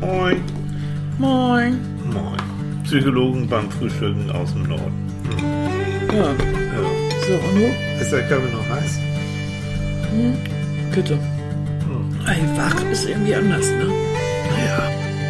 Moin. Moin. Moin. Psychologen beim Frühstücken aus dem Norden. Ja. So, und du? Ist der Kaffee noch heiß? Bitte. Ey, wach ist irgendwie anders, ne? Ja.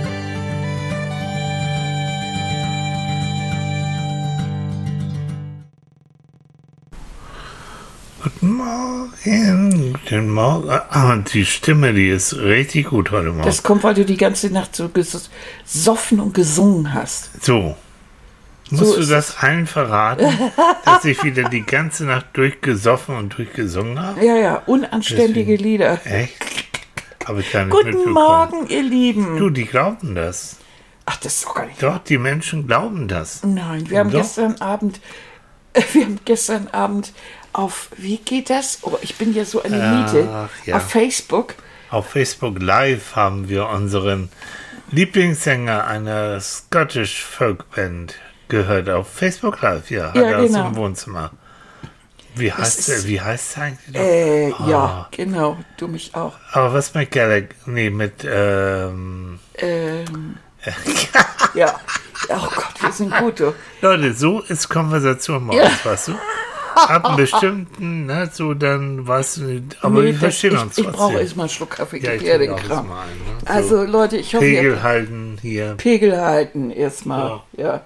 Guten Morgen. Guten Morgen. Ah, die Stimme, die ist richtig gut heute Morgen. Das kommt, weil du die ganze Nacht so gesoffen und gesungen hast. So. Musst du das allen verraten, dass ich wieder die ganze Nacht durchgesoffen und durchgesungen habe? Ja, unanständige Lieder. Echt? Habe ich gar nicht Guten mitbekommen. Morgen, ihr Lieben. Du, die glauben das. Ach, das ist doch gar nicht Doch, die Menschen glauben das. Nein, wir haben Doch. gestern Abend auf, wie geht das? Oh, ich bin ja so eine Niete. Ach, ja. Auf Facebook. Auf Facebook Live haben wir unseren Lieblingssänger einer Scottish Folkband gehört. Auf Facebook Live, ja. Hat er genau. im Wohnzimmer. Wie heißt er eigentlich noch? Ja, genau. Du mich auch. Aber was mit Gallagher? Nee, mit, Ja. Oh Gott, wir sind gut, du. Leute, so ist Konversation morgens, weißt du? Ab einem bestimmten, ne, so dann, weißt du, aber wir verstehen uns Ich brauche trotzdem. erstmal einen Schluck Kaffee, Ja, gib ich her trinke den auch Kram. erstmal einen, ne? So Also Leute, ich hoffe, Pegel ihr halten hier. Pegel halten erstmal. Ja.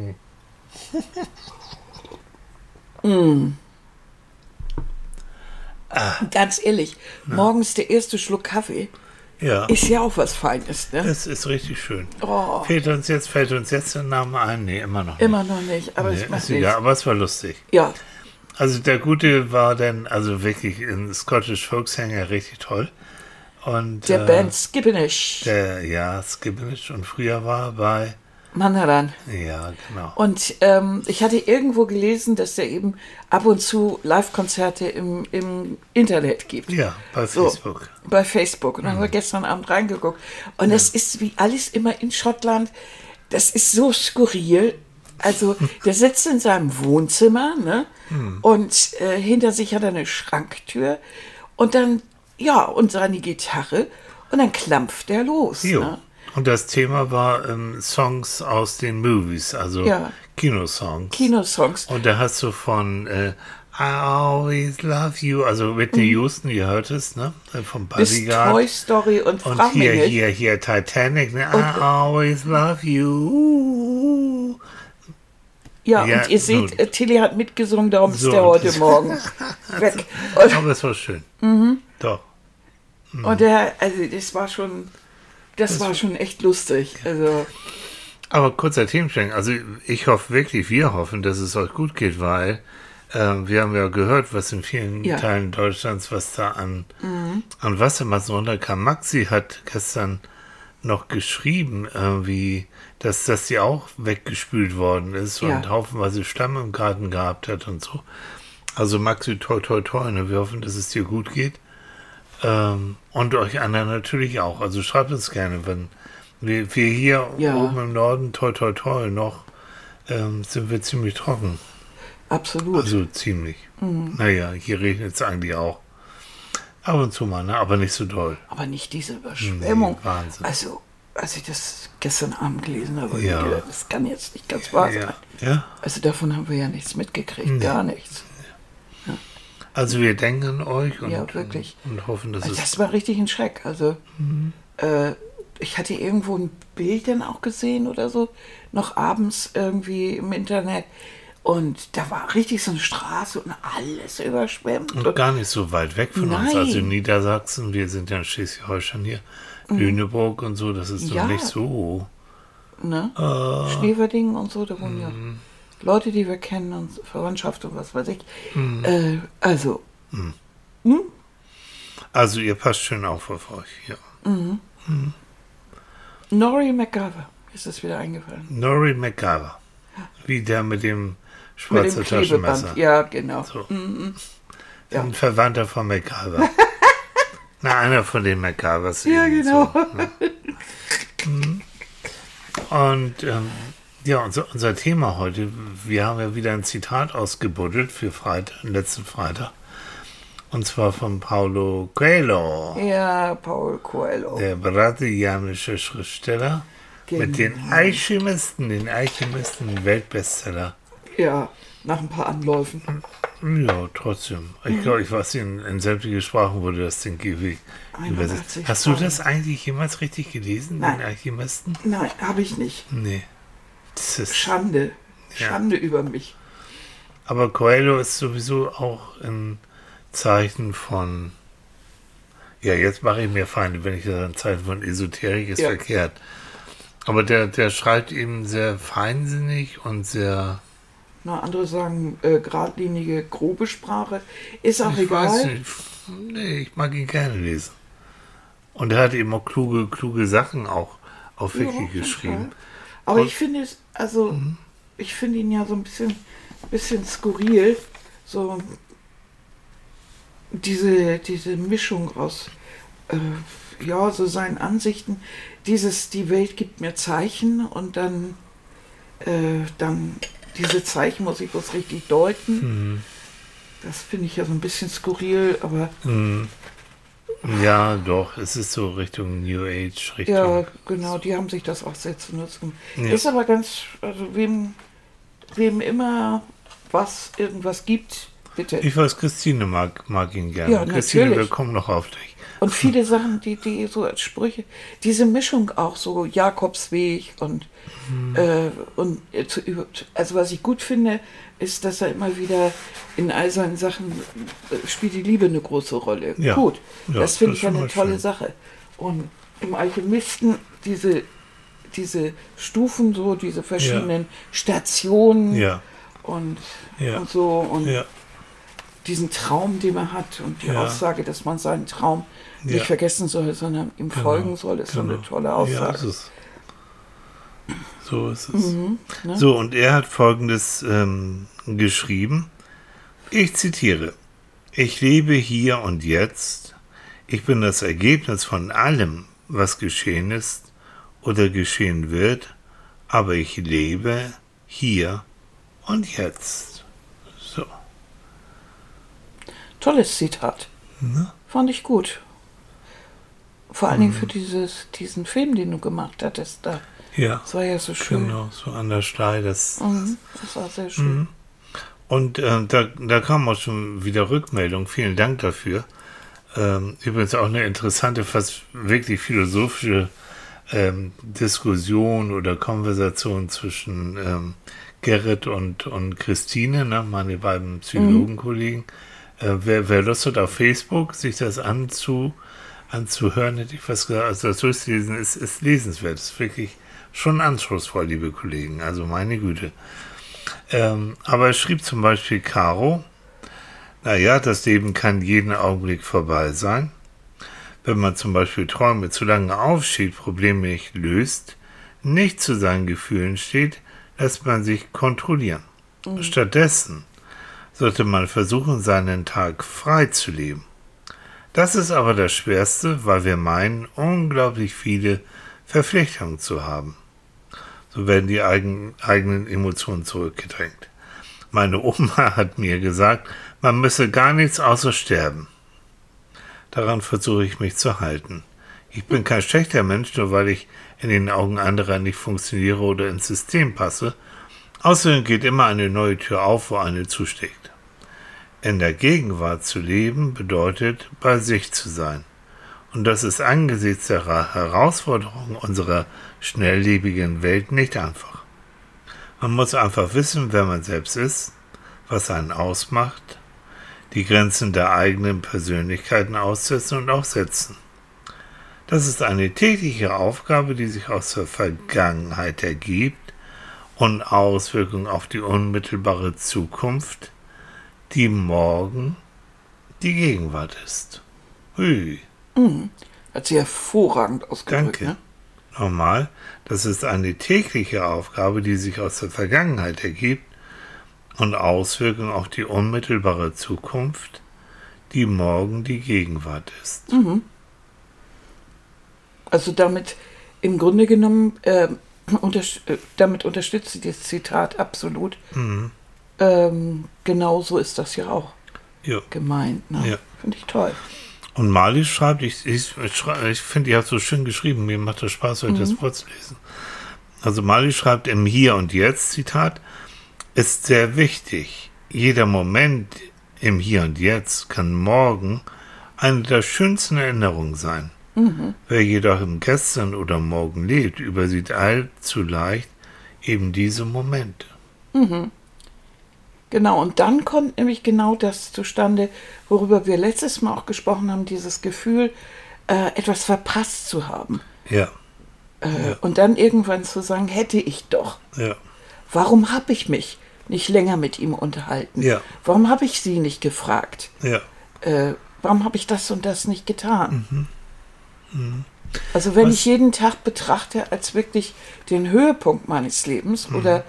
Ganz ehrlich, morgens der erste Schluck Kaffee Ja, ist ja auch was Feines, ne? es ist richtig schön. Oh, Fällt uns jetzt der Name ein? Nee, immer noch nicht. immer noch nicht, aber Nee, es macht ist nichts. egal, aber es war lustig. Ja, Also der Gute war dann, also wirklich ein Scottish Folksänger, richtig toll. Und der Band Skippenish. der Skippenish und früher war bei, Mandaran. ja, genau. Und ich hatte irgendwo gelesen, dass er eben ab und zu Live-Konzerte im Internet gibt. Ja, bei So, Facebook. bei Facebook. Und dann haben wir gestern Abend reingeguckt. Und das ist wie alles immer in Schottland. Das ist so skurril. Also, der sitzt in seinem Wohnzimmer, ne? Und hinter sich hat er eine Schranktür. Und dann, ja, und seine Gitarre. Und dann klampft er los. Jo. Ne? Und das Thema war Songs aus den Movies, also Ja. Kinosongs. Kinosongs. Und da hast du von I Always Love You, also Whitney Houston, ihr hört es, ne? Vom Bis Bodyguard. Toy Story und Und frag mich nicht. hier Titanic, ne? I Always Love You. Ja, Ja, und ihr seht, nun. Tilly hat mitgesungen, darum ist So, der und heute das- Morgen weg. Aber es war schön. Doch. Und der, also das war schon echt lustig. Also, Aber kurzer Themenschwenk. Also ich hoffe wirklich, wir hoffen, dass es euch gut geht, weil wir haben ja gehört, was in vielen Ja. Teilen Deutschlands, was da an Wassermassen runterkam. Maxi hat gestern noch geschrieben, irgendwie, dass das ja auch weggespült worden ist Ja. und haufenweise Stamm im Garten gehabt hat und so. Also Maxi, toi, toi, toi. Ne? Wir hoffen, dass es dir gut geht. Und euch anderen natürlich auch. Also schreibt uns gerne, wenn wir hier Ja. oben im Norden, toi, toi, toi, noch sind wir ziemlich trocken. absolut. Also ziemlich. Naja, hier regnet es eigentlich auch. Ab und zu mal, ne? Aber nicht so doll. Aber nicht diese Überschwemmung. Nee, Wahnsinn. Also, als ich das gestern Abend gelesen habe, Ja. hab ich gedacht, das kann jetzt nicht ganz wahr sein. Ja. Also davon haben wir ja nichts mitgekriegt, gar nichts. Also wir denken an euch und, Ja, wirklich. und hoffen, dass Also es... das war richtig ein Schreck. Also ich hatte irgendwo ein Bild dann auch gesehen oder so, noch abends irgendwie im Internet. Und da war richtig so eine Straße und alles überschwemmt. Und gar nicht so weit weg von uns. Nein. Also in Niedersachsen, wir sind ja in Schleswig-Holstein hier, Lüneburg und so, das ist Ja. doch nicht so... Ne? Schneverdingen und so, da wohnen ja Leute, die wir kennen und Verwandtschaft und was weiß ich. Also, Also ihr passt schön auf euch, ja. Nori McGovern ist es wieder eingefallen. Nori McGovern. Wie der mit dem Mit dem schwarzen Klebeband. Taschenmesser. Ja, genau. So. Ja. Ein Verwandter von McGovern. Na, einer von den McGovers. Ja, eben genau. So, ne? Und ja, unser Thema heute, wir haben ja wieder ein Zitat ausgebuddelt für Freitag, letzten Freitag. Und zwar von Paulo Coelho, Ja, Paul Coelho. der brasilianische Schriftsteller mit den Alchemisten, Weltbestseller. Ja, nach ein paar Anläufen. Ja, trotzdem. Ich glaube, ich weiß, in sämtliche Sprachen wurde das Ding übersetzt. 81 Hast du Sprachen. das eigentlich jemals richtig gelesen, Nein. den Alchemisten? Nein, habe ich nicht. Nee. Das ist, Schande. Ja. Schande über mich. aber Coelho ist sowieso auch ein Zeichen von, ja, jetzt mache ich mir Feinde, wenn ich das ein Zeichen von Esoterik ist, Ja. verkehrt. Aber der schreibt eben sehr feinsinnig und sehr, Na, andere sagen geradlinige, grobe Sprache. Ist auch ich weiß egal. nicht, nee, ich mag ihn gerne lesen. Und er hat eben auch kluge Sachen auch auf Ja, Wiki auf jeden geschrieben. Fall. Aber Und- ich finde es, also, ich finde ihn ja so ein bisschen skurril. So diese Mischung aus, ja, so seinen Ansichten. Die Welt gibt mir Zeichen und dann diese Zeichen muss ich bloß richtig deuten. Das finde ich ja so ein bisschen skurril, aber Ja, doch, es ist so Richtung New Age, Richtung. ja, genau, die haben sich das auch sehr zu nutzen. Ja. Ist aber ganz, also wem immer irgendwas gibt, bitte. Ich weiß, Christine mag ihn gerne. Ja, Christine, wir natürlich. kommen noch auf dich. Und viele Sachen, die so als Sprüche, diese Mischung auch so Jakobsweg also was ich gut finde, ist, dass er immer wieder in all seinen Sachen spielt die Liebe eine große Rolle. Ja. Gut, Ja, das finde das ich ja ist schon eine mal tolle schön. Sache. Und im Alchemisten diese Stufen, so diese verschiedenen Stationen Ja, und Ja. so und ja, diesen Traum, den man hat und die Ja. Aussage, dass man seinen Traum Ja. nicht vergessen soll, sondern ihm folgen soll, ist so eine tolle Ja, Aussage. ist es. So ist es. ne? So, und er hat Folgendes geschrieben. Ich zitiere. Ich lebe hier und jetzt. Ich bin das Ergebnis von allem, was geschehen ist oder geschehen wird, aber ich lebe hier und jetzt. So. Tolles Zitat. Ne? Fand ich gut. Vor allen Dingen für diesen Film, den du gemacht hattest da. Ja, Das war ja so schön. genau, so an der Schlei. Das Das war sehr schön. Und da kam auch schon wieder Rückmeldung. Vielen Dank dafür. Übrigens auch eine interessante, fast wirklich philosophische Diskussion oder Konversation zwischen Gerrit und Christine, ne, meine beiden Psychologenkollegen. Wer Lust hat, auf Facebook sich das anzuhören, hätte ich fast gesagt, also das durchzulesen, ist lesenswert. Ist wirklich schon anspruchsvoll, liebe Kollegen. Also meine Güte. Aber es schrieb zum Beispiel Caro, naja, das Leben kann jeden Augenblick vorbei sein. Wenn man zum Beispiel Träume zu lange aufschiebt, Probleme nicht löst, nicht zu seinen Gefühlen steht, lässt man sich kontrollieren. Stattdessen sollte man versuchen, seinen Tag frei zu leben. Das ist aber das Schwerste, weil wir meinen, unglaublich viele Verpflichtungen zu haben. So werden die eigenen Emotionen zurückgedrängt. Meine Oma hat mir gesagt, man müsse gar nichts außer sterben. Daran versuche ich mich zu halten. Ich bin kein schlechter Mensch, nur weil ich in den Augen anderer nicht funktioniere oder ins System passe. Außerdem geht immer eine neue Tür auf, wo eine zusteckt. In der Gegenwart zu leben bedeutet, bei sich zu sein. Und das ist angesichts der Herausforderungen unserer schnelllebigen Welt nicht einfach. Man muss einfach wissen, wer man selbst ist, was einen ausmacht, die Grenzen der eigenen Persönlichkeiten aussetzen und auch setzen. Das ist eine tägliche Aufgabe, die sich aus der Vergangenheit ergibt und Auswirkungen auf die unmittelbare Zukunft, die morgen die Gegenwart ist. Hui. Hat sie hervorragend ausgedrückt. Danke. Ne? Nochmal, das ist eine tägliche Aufgabe, die sich aus der Vergangenheit ergibt und Auswirkungen auf die unmittelbare Zukunft, die morgen die Gegenwart ist. Also damit im Grunde genommen, damit unterstützt sie das Zitat absolut. Genau so ist das ja auch Ja, gemeint. Ne? ja. Finde ich toll. Und Mali schreibt, ich finde, die hat so schön geschrieben, mir macht das Spaß, heute das vorzulesen. Also Mali schreibt im Hier und Jetzt, Zitat, ist sehr wichtig. Jeder Moment im Hier und Jetzt kann morgen eine der schönsten Erinnerungen sein. Wer jedoch im Gestern oder Morgen lebt, übersieht allzu leicht eben diese Momente. Genau, und dann kommt nämlich genau das zustande, worüber wir letztes Mal auch gesprochen haben, dieses Gefühl, etwas verpasst zu haben. Ja. Und dann irgendwann zu sagen, hätte ich doch. Ja. Warum habe ich mich nicht länger mit ihm unterhalten? Ja. Warum habe ich sie nicht gefragt? Ja. Warum habe ich das und das nicht getan? Also wenn ich jeden Tag betrachte als wirklich den Höhepunkt meines Lebens oder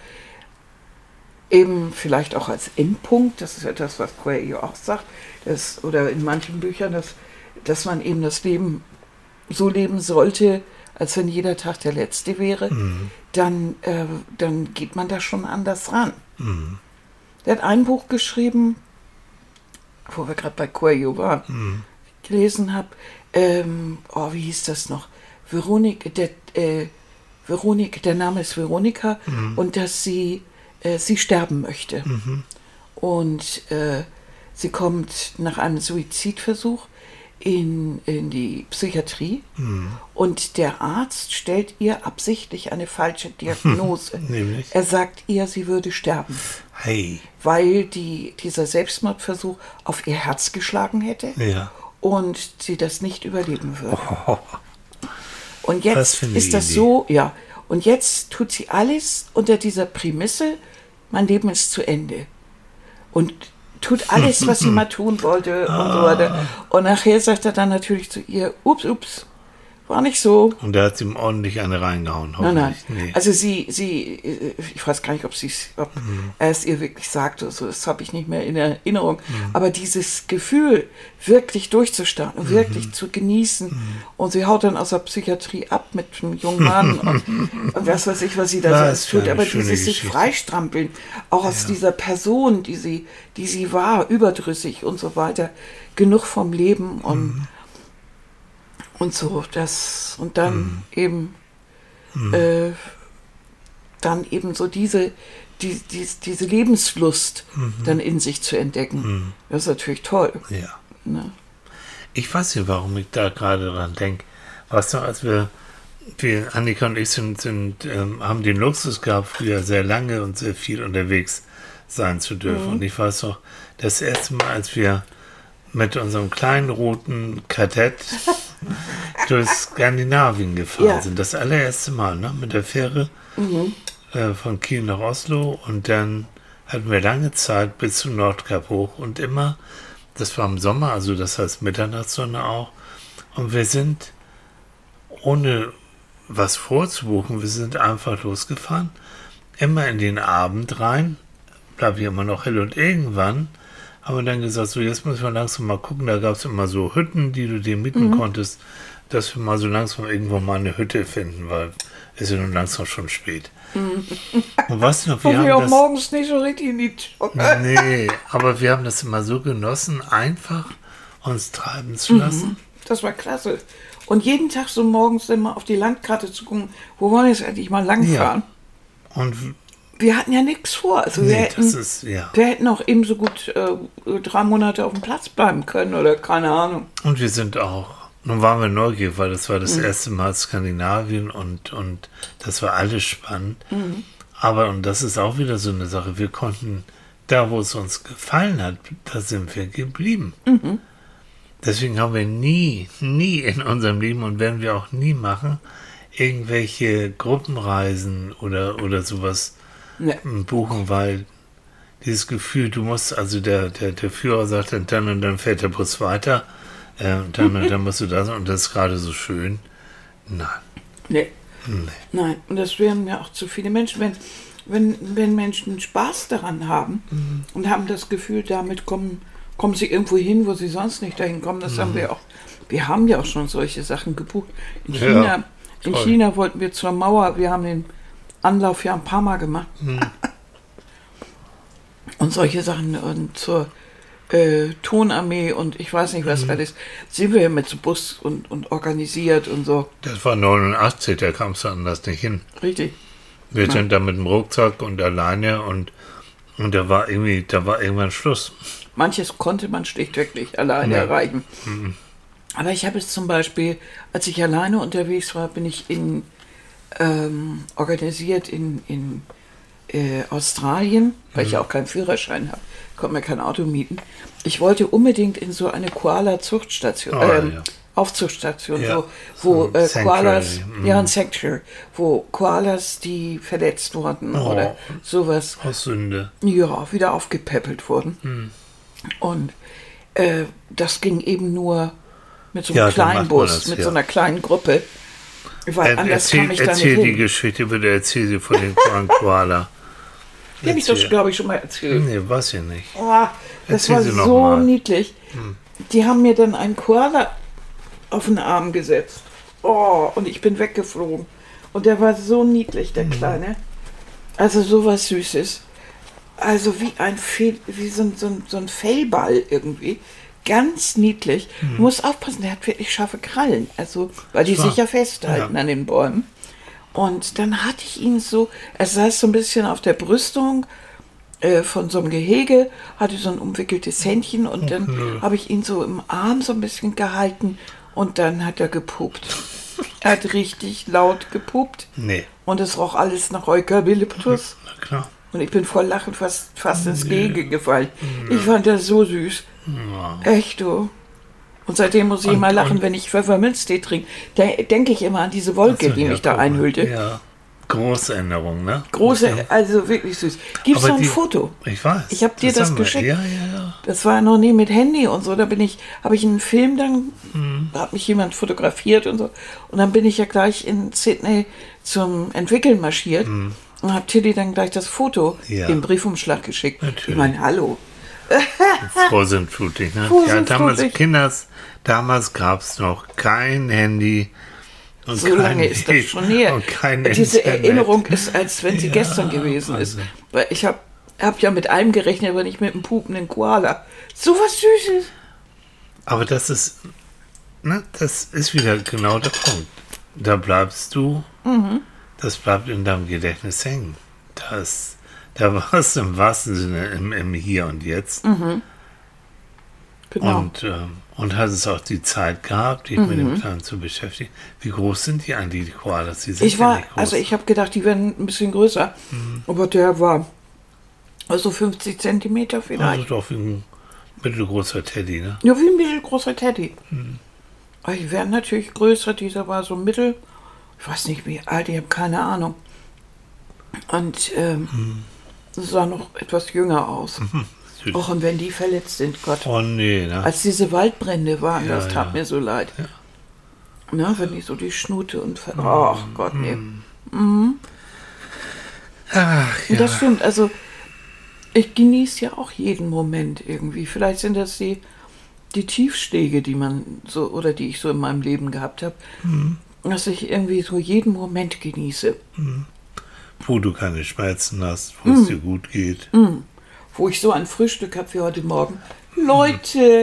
eben vielleicht auch als Endpunkt, das ist ja das, was Coelho auch sagt, oder in manchen Büchern, dass man eben das Leben so leben sollte, als wenn jeder Tag der letzte wäre, dann geht man da schon anders ran. Der hat ein Buch geschrieben, wo wir gerade bei Coelho waren, gelesen habe, wie hieß das noch? Veronika, der Name ist Veronika, und dass sie sterben möchte. Und sie kommt nach einem Suizidversuch in die Psychiatrie und der Arzt stellt ihr absichtlich eine falsche Diagnose. Nämlich? Er sagt ihr, sie würde sterben. Hey. Weil dieser Selbstmordversuch auf ihr Herz geschlagen hätte und sie das nicht überleben würde. Und jetzt ist das so, und jetzt tut sie alles unter dieser Prämisse, mein Leben ist zu Ende. Und tut alles, was sie mal tun wollte und so weiter. Und nachher sagt er dann natürlich zu ihr, ups, war nicht so. Und da hat sie ihm ordentlich eine reingehauen. Nein. Nee. Also sie, ich weiß gar nicht, ob er es ihr wirklich sagt oder so, das habe ich nicht mehr in Erinnerung. Aber dieses Gefühl, wirklich durchzustarten und wirklich zu genießen. Und sie haut dann aus der Psychiatrie ab mit einem jungen Mann und was weiß ich, was sie da so alles tut. Aber dieses sich freistrampeln, auch aus dieser Person, die sie war, überdrüssig und so weiter, genug vom Leben und so, und dann eben so diese Lebenslust dann in sich zu entdecken. Das ist natürlich toll. Ja. Ne? Ich weiß nicht, warum ich da gerade dran denke. Weißt du, als wir Annika und ich haben den Luxus gehabt, früher sehr lange und sehr viel unterwegs sein zu dürfen. Und ich weiß noch, das erste Mal, als wir mit unserem kleinen roten Kadett durch Skandinavien gefahren sind. Das allererste Mal, ne? Mit der Fähre von Kiel nach Oslo, und dann hatten wir lange Zeit bis zum Nordkap hoch und immer, das war im Sommer, also das heißt Mitternachtssonne auch, und wir sind ohne was vorzubuchen, wir sind einfach losgefahren, immer in den Abend rein, bleibt hier immer noch hell, und irgendwann haben wir dann gesagt, so jetzt müssen wir langsam mal gucken, da gab es immer so Hütten, die du dir mieten konntest, dass wir mal so langsam irgendwo mal eine Hütte finden, weil es ist ja nun langsam schon spät. Und weißt du noch, wir haben auch das morgens nicht so richtig in die Jogge. Nee, aber wir haben das immer so genossen, einfach uns treiben zu lassen. Das war klasse. Und jeden Tag so morgens immer auf die Landkarte zu gucken, wo wollen wir jetzt endlich mal langfahren? Ja. Und wir hatten ja nichts vor. Also wir hätten auch eben so gut 3 Monate auf dem Platz bleiben können oder keine Ahnung. Und wir sind auch, nun waren wir neugierig, weil das war das erste Mal Skandinavien und das war alles spannend. Aber, und das ist auch wieder so eine Sache, wir konnten, da wo es uns gefallen hat, da sind wir geblieben. Deswegen haben wir nie in unserem Leben, und werden wir auch nie machen, irgendwelche Gruppenreisen oder sowas buchen, weil dieses Gefühl, du musst, also der Führer sagt dann und dann fährt der Bus weiter, dann und dann musst du das, und das ist gerade so schön. Nein. Nein, und das wären ja auch zu viele Menschen, wenn Menschen Spaß daran haben und haben das Gefühl, damit kommen sie irgendwo hin, wo sie sonst nicht dahin kommen. Das haben wir auch. Wir haben ja auch schon solche Sachen gebucht. In China wollten wir zur Mauer, wir haben den Anlauf ja ein paar Mal gemacht. Und solche Sachen, und zur Tonarmee und ich weiß nicht was alles, sind wir mit so Bus und organisiert und so. Das war 89, da kamst du anders nicht hin. Richtig. Wir sind da mit dem Rucksack und alleine und da war irgendwann Schluss. Manches konnte man schlichtweg nicht alleine erreichen. Aber ich habe es zum Beispiel, als ich alleine unterwegs war, bin ich organisiert in Australien, weil ich ja auch keinen Führerschein habe, konnte mir kein Auto mieten. Ich wollte unbedingt in so eine Koala-Zuchtstation, Aufzuchtstation, wo Koalas, ein Sanctuary, wo Koalas, die verletzt wurden oder sowas, aus Sünde, wieder aufgepäppelt wurden. Und das ging eben nur mit so einem kleinen Bus, mit so einer kleinen Gruppe. Weil anders kam ich da nicht hin. Erzähl die Geschichte, bitte erzähl sie von den Koala. Die habe ich doch, glaube ich, schon mal erzählt. Nee, weiß ich nicht. Oh, das war so niedlich. Die haben mir dann einen Koala auf den Arm gesetzt. Oh, und ich bin weggeflogen. Und der war so niedlich, der Kleine. Also sowas Süßes. Also wie so ein Fellball irgendwie. Ganz niedlich. Du musst aufpassen, der hat wirklich scharfe Krallen. Also, weil die sich ja festhalten an den Bäumen. Und dann hatte ich ihn so, er saß so ein bisschen auf der Brüstung von so einem Gehege, hatte so ein umwickeltes Händchen und dann habe ich ihn so im Arm so ein bisschen gehalten und dann hat er gepupt. Er hat richtig laut gepupt. Nee. Und es roch alles nach Eukalyptus. Na klar. Und ich bin vor Lachen fast ins Gehege gefallen. Ich fand das so süß. Echt, du. Und seitdem muss ich immer lachen, wenn ich Pfefferminztee trinke. Da denke ich immer an diese Wolke, die mich da einhüllte. Ja, große Änderung, ne? Große, also wirklich süß. Gibt's noch ein Foto? Ich weiß. Ich habe dir das geschickt. Ja. Das war noch nie mit Handy und so. Da habe ich einen Film dann, da hat mich jemand fotografiert und so. Und dann bin ich ja gleich in Sydney zum Entwickeln marschiert und habe Tilly dann gleich das Foto im Briefumschlag geschickt. Natürlich. Ich meine, hallo. Vorsintflutig, ne? Damals gab es noch kein Handy. Und so lange ist das schon her. Und kein Diese Internet. Erinnerung ist, als wenn sie gestern gewesen ist. Weil ich hab ja mit allem gerechnet, aber nicht mit einem pupenden Koala. So was Süßes. Aber das ist wieder genau der Punkt. Da bleibst du, das bleibt in deinem Gedächtnis hängen. Da warst du im wahrsten Sinne im Hier und Jetzt. Genau. Und hast es auch die Zeit gehabt, dich mit dem Plan zu beschäftigen. Wie groß sind die eigentlich, die Koalas? Die sind nicht groß. Also ich habe gedacht, die werden ein bisschen größer. Aber der war also 50 Zentimeter vielleicht. Also doch wie ein mittelgroßer Teddy, ne? Ja, wie ein mittelgroßer Teddy. Aber die werden natürlich größer. Dieser war so mittel. Ich weiß nicht, wie alt, ich habe keine Ahnung. Und sah noch etwas jünger aus. Auch und wenn die verletzt sind, Gott. Oh nee, ne? Als diese Waldbrände waren, das tat mir so leid. Ja. Na, wenn die so die Schnute und... Ach Gott, nee. Ach, ja. Das stimmt, also ich genieße ja auch jeden Moment irgendwie. Vielleicht sind das die Tiefschläge, die man so, oder die ich so in meinem Leben gehabt habe, dass ich irgendwie so jeden Moment genieße. Wo du keine Schmerzen hast, wo es dir gut geht. Wo ich so ein Frühstück habe wie heute Morgen. Leute,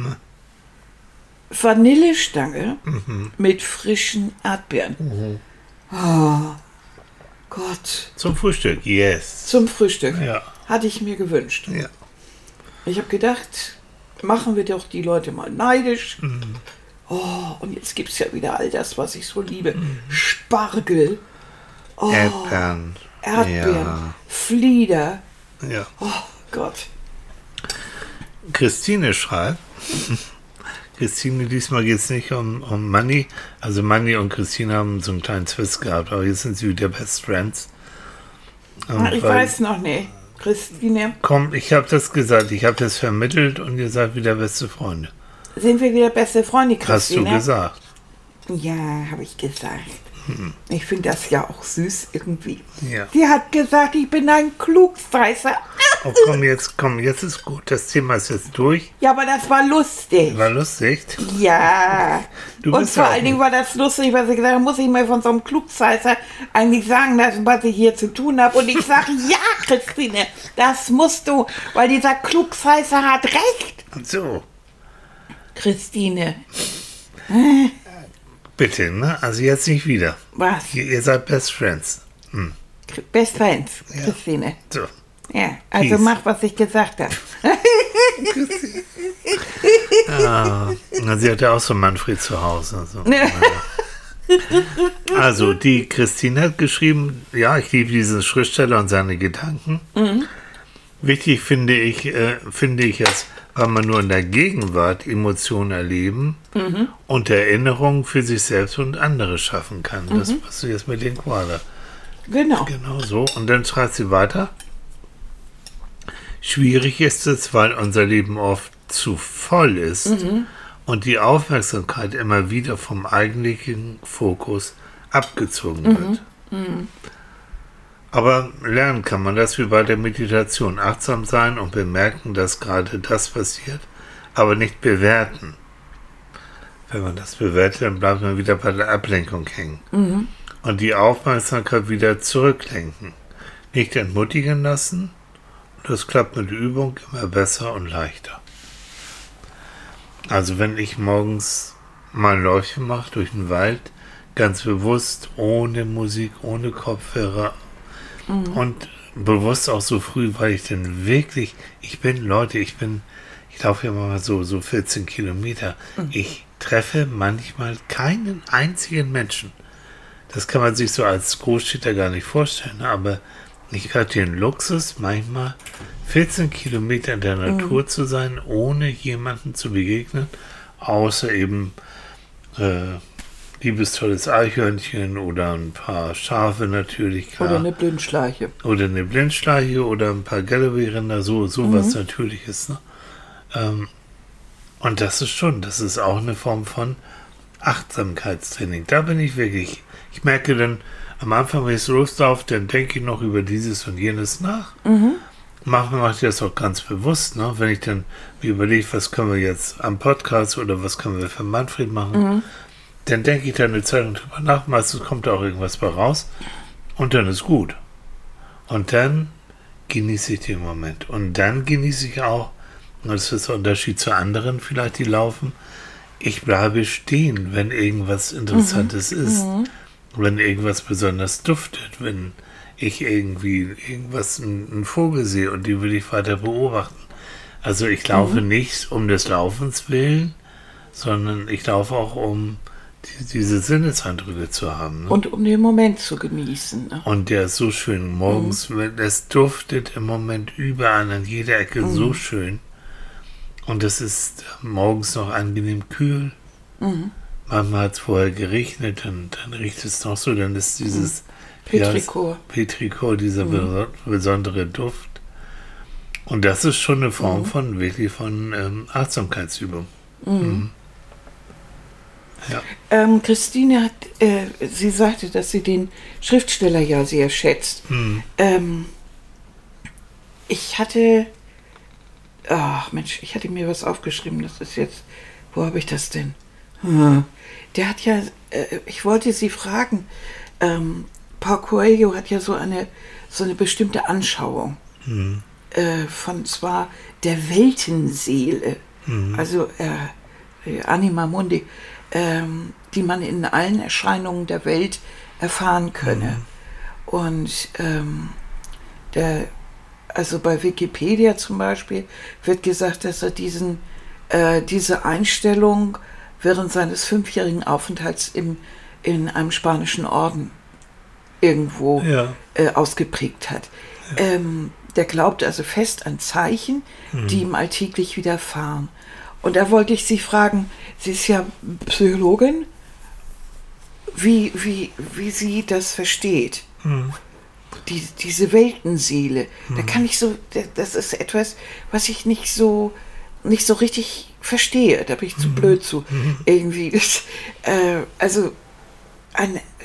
Vanillestange mit frischen Erdbeeren. Oh, Gott. Zum Frühstück, yes. Zum Frühstück. Ja. Hatte ich mir gewünscht. Ja. Ich habe gedacht, machen wir doch die Leute mal neidisch. Oh, und jetzt gibt es ja wieder all das, was ich so liebe. Spargel. Oh, Erdbeeren. Erdbeeren. Flieder. Ja. Oh Gott. Christine schreibt, Christine, diesmal geht es nicht um Manni. Also Manni und Christine haben so einen kleinen Twist gehabt, aber jetzt sind sie wieder Best Friends. Ich weiß noch nicht. Christine. Komm, ich habe das gesagt, ich habe das vermittelt und ihr seid wieder beste Freunde. Sind wir wieder beste Freunde, Christine? Hast du gesagt. Ja, habe ich gesagt. Ich finde das ja auch süß irgendwie. Ja. Die hat gesagt, ich bin ein Klugscheißer. Oh, komm, jetzt ist gut. Das Thema ist jetzt durch. Ja, aber das war lustig. War lustig? Ja. Du Und bist vor ja auch allen Dingen war das lustig, was ich gesagt habe, muss ich mal von so einem Klugscheißer eigentlich sagen lassen, was ich hier zu tun habe. Und ich sage, ja, Christine, das musst du, weil dieser Klugscheißer hat recht. Und so. Christine. Bitte, ne? Also jetzt nicht wieder. Was? Ihr seid Best Friends. Best Friends, Ja. Christine. So. Ja, also Peace. mach, was ich gesagt habe. Sie hat ja auch so Manfred zu Hause. So. Also, die Christine hat geschrieben, ja, ich liebe diesen Schriftsteller und seine Gedanken. Wichtig finde ich es, weil man nur in der Gegenwart Emotionen erleben und Erinnerungen für sich selbst und andere schaffen kann. Das, was du jetzt mit den Koala. Genau. Genau so. Und dann schreibt sie weiter. Schwierig ist es, weil unser Leben oft zu voll ist und die Aufmerksamkeit immer wieder vom eigentlichen Fokus abgezogen wird. Aber lernen kann man das wie bei der Meditation. Achtsam sein und bemerken, dass gerade das passiert, aber nicht bewerten. Wenn man das bewertet, dann bleibt man wieder bei der Ablenkung hängen. Und die Aufmerksamkeit wieder zurücklenken. Nicht entmutigen lassen. Und das klappt mit Übung immer besser und leichter. Also wenn ich morgens mal ein Läufchen mache durch den Wald, ganz bewusst, ohne Musik, ohne Kopfhörer und bewusst auch so früh, weil ich dann wirklich, ich laufe ja mal so 14 Kilometer. Ich treffe manchmal keinen einzigen Menschen. Das kann man sich so als Großstädter gar nicht vorstellen, aber ich hatte den Luxus, manchmal 14 Kilometer in der Natur zu sein, ohne jemanden zu begegnen, außer eben liebestolles Eichhörnchen oder ein paar Schafe natürlich. Klar. Oder eine Blindschleiche. Oder eine Blindschleiche oder ein paar Galloway-Rinder, sowas Natürliches. Ne? Und das ist auch eine Form von Achtsamkeitstraining. Da bin ich wirklich, ich merke dann, am Anfang, wenn ich so loslaufe, dann denke ich noch über dieses und jenes nach. Mache ich das auch ganz bewusst, ne? Wenn ich dann mir überlege, was können wir jetzt am Podcast oder was können wir für Manfred machen, dann denke ich da eine Zeit lang drüber nach. Meistens kommt da auch irgendwas bei raus und dann ist gut. Und dann genieße ich den Moment. Und dann genieße ich auch, und das ist der Unterschied zu anderen vielleicht, die laufen, ich bleibe stehen, wenn irgendwas Interessantes ist. Wenn irgendwas besonders duftet, wenn ich irgendwie einen Vogel sehe und die will ich weiter beobachten. Also ich laufe nicht um des Laufens willen, sondern ich laufe auch, um diese Sinneseindrücke zu haben. Ne? Und um den Moment zu genießen. Ne? Und der ist so schön. Morgens, es duftet im Moment überall an jeder Ecke so schön. Und es ist morgens noch angenehm kühl. Manchmal hat es vorher geregnet, dann riecht es noch so, dann ist dieses Petrichor, dieser besondere Duft. Und das ist schon eine Form von Achtsamkeitsübung. Ja. Christine hat, sie sagte, dass sie den Schriftsteller ja sehr schätzt. Ich hatte mir was aufgeschrieben, das ist jetzt, wo habe ich das denn? Der hat ja, ich wollte Sie fragen, Paulo Coelho hat ja so eine bestimmte Anschauung von zwar der Weltenseele, also Anima Mundi, die man in allen Erscheinungen der Welt erfahren könne. Und also bei Wikipedia zum Beispiel wird gesagt, dass er diese Einstellung während seines 5-jährigen Aufenthalts in einem spanischen Orden irgendwo ausgeprägt hat. Ja. Der glaubt also fest an Zeichen, die ihm alltäglich widerfahren. Und da wollte ich Sie fragen, Sie ist ja Psychologin, wie sie das versteht. Diese Weltenseele. Da kann ich das ist etwas, was ich nicht so richtig verstehe. Da bin ich zu blöd zu. Irgendwie.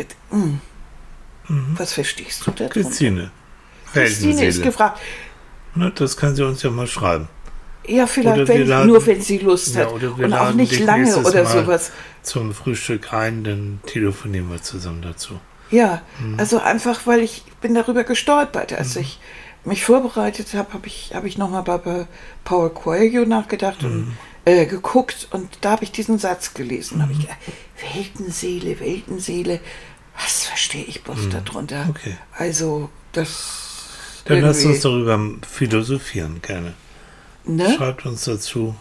Was verstehst du da? Christine Christine ist gefragt. Na, das kann sie uns ja mal schreiben. Ja, vielleicht, nur wenn sie Lust hat. Und auch nicht lange oder sowas. Zum Frühstück ein, dann telefonieren wir zusammen dazu. Ja, also einfach, weil ich bin darüber gestolpert. Als ich mich vorbereitet habe, habe ich nochmal bei Paulo Coelho nachgedacht und geguckt. Und da habe ich diesen Satz gelesen. Da habe ich gedacht, Weltenseele, Weltenseele. Was verstehe ich bloß darunter? Okay. Also, das... Dann lasst uns darüber philosophieren, gerne. Ne? Schreibt uns dazu.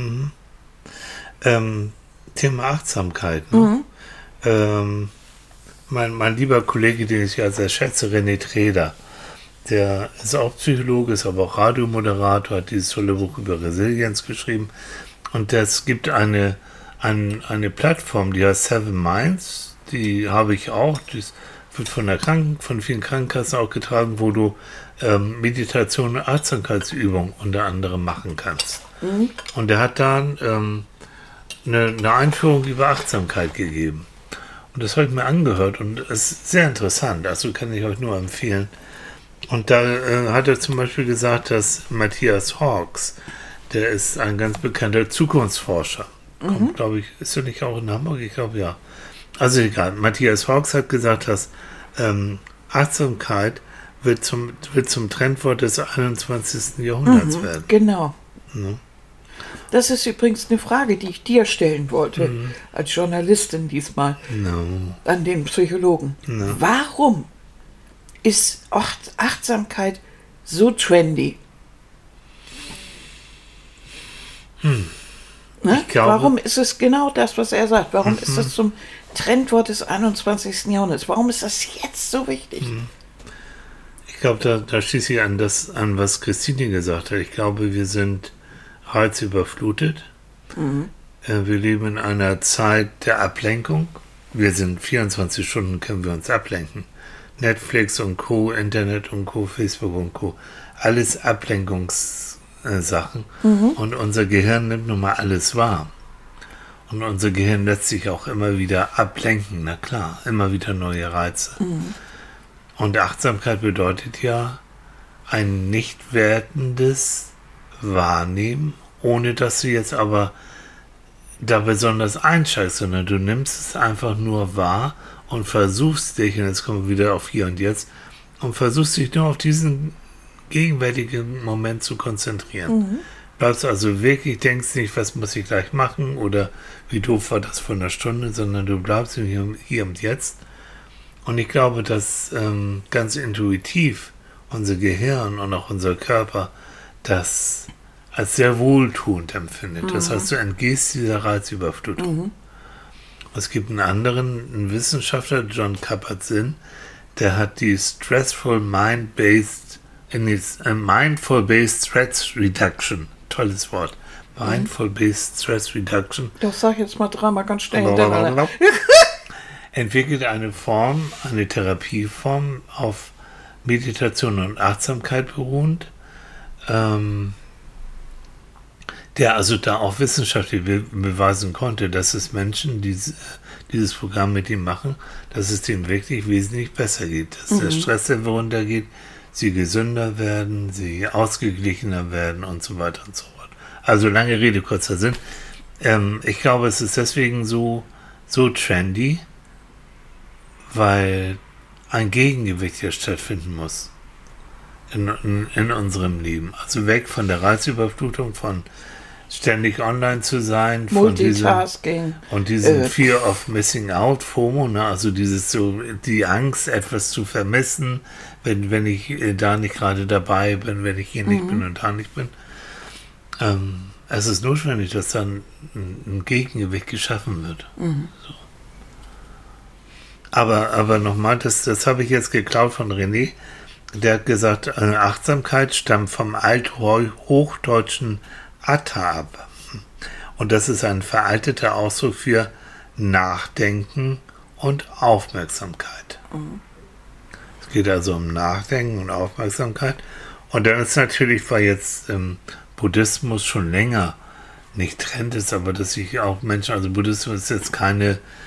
Thema Achtsamkeit. Ne? Mein lieber Kollege, den ich ja sehr schätze, René Treder, der ist auch Psychologe, ist aber auch Radiomoderator, hat dieses tolle Buch über Resilienz geschrieben. Und es gibt eine Plattform, die heißt Seven Minds, die habe ich auch, die wird von vielen Krankenkassen auch getragen, wo du Meditation und Achtsamkeitsübungen unter anderem machen kannst. Und er hat dann eine Einführung über Achtsamkeit gegeben. Und das habe ich mir angehört und es ist sehr interessant, also kann ich euch nur empfehlen. Und da hat er zum Beispiel gesagt, dass Matthias Hawkes, der ist ein ganz bekannter Zukunftsforscher, kommt, glaube ich, ist er nicht auch in Hamburg? Ich glaube, ja. Also egal, Matthias Hawkes hat gesagt, dass Achtsamkeit wird zum Trendwort des 21. Jahrhunderts werden. Genau. Ja. Das ist übrigens eine Frage, die ich dir stellen wollte, als Journalistin diesmal, an den Psychologen. Warum ist Achtsamkeit so trendy? Ne? Warum ist es genau das, was er sagt? Warum ist es zum Trendwort des 21. Jahrhunderts? Warum ist das jetzt so wichtig? Ich glaube, da schließe ich an was Christine gesagt hat. Ich glaube, wir sind reizüberflutet. Wir leben in einer Zeit der Ablenkung. Wir sind 24 Stunden, können wir uns ablenken. Netflix und Co., Internet und Co., Facebook und Co., alles Ablenkungssachen. Und unser Gehirn nimmt nun mal alles wahr. Und unser Gehirn lässt sich auch immer wieder ablenken, na klar, immer wieder neue Reize. Und Achtsamkeit bedeutet ja ein nicht wertendes Wahrnehmen, ohne dass du jetzt aber da besonders einsteigst, sondern du nimmst es einfach nur wahr und versuchst dich, und jetzt kommen wir wieder auf hier und jetzt, und versuchst dich nur auf diesen gegenwärtigen Moment zu konzentrieren. Bleibst also wirklich, denkst nicht, was muss ich gleich machen oder wie doof war das vor einer Stunde, sondern du bleibst hier und jetzt. Und ich glaube, dass ganz intuitiv unser Gehirn und auch unser Körper das als sehr wohltuend empfindet. Das heißt, du entgehst dieser Reizüberflutung. Es gibt einen Wissenschaftler, John Kabat-Zinn, der hat die Mindful-Based Stress Reduction, tolles Wort, Mindful-Based Stress Reduction. Das sag ich jetzt mal dreimal ganz schnell hintereinander. Entwickelt eine Therapieform auf Meditation und Achtsamkeit beruhend, der also da auch wissenschaftlich beweisen konnte, dass es Menschen, die dieses Programm mit ihm machen, dass es denen wirklich wesentlich besser geht, dass der Stresslevel runtergeht, sie gesünder werden, sie ausgeglichener werden und so weiter und so fort. Also lange Rede, kurzer Sinn. Ich glaube, es ist deswegen so trendy, weil ein Gegengewicht hier stattfinden muss in unserem Leben. Also weg von der Reizüberflutung, von ständig online zu sein, von Multitasking und diesem Fear of Missing Out, FOMO, ne? Also die Angst, etwas zu vermissen, wenn ich da nicht gerade dabei bin, wenn ich hier nicht bin und da nicht bin. Es ist notwendig, dass dann ein Gegengewicht geschaffen wird. So. Aber nochmal, das habe ich jetzt geklaut von René. Der hat gesagt, Achtsamkeit stammt vom althochdeutschen Atta ab. Und das ist ein veralteter Ausdruck für Nachdenken und Aufmerksamkeit. Es geht also um Nachdenken und Aufmerksamkeit. Und dann ist natürlich, weil jetzt Buddhismus schon länger nicht Trend ist, aber dass sich auch Menschen, also Buddhismus ist jetzt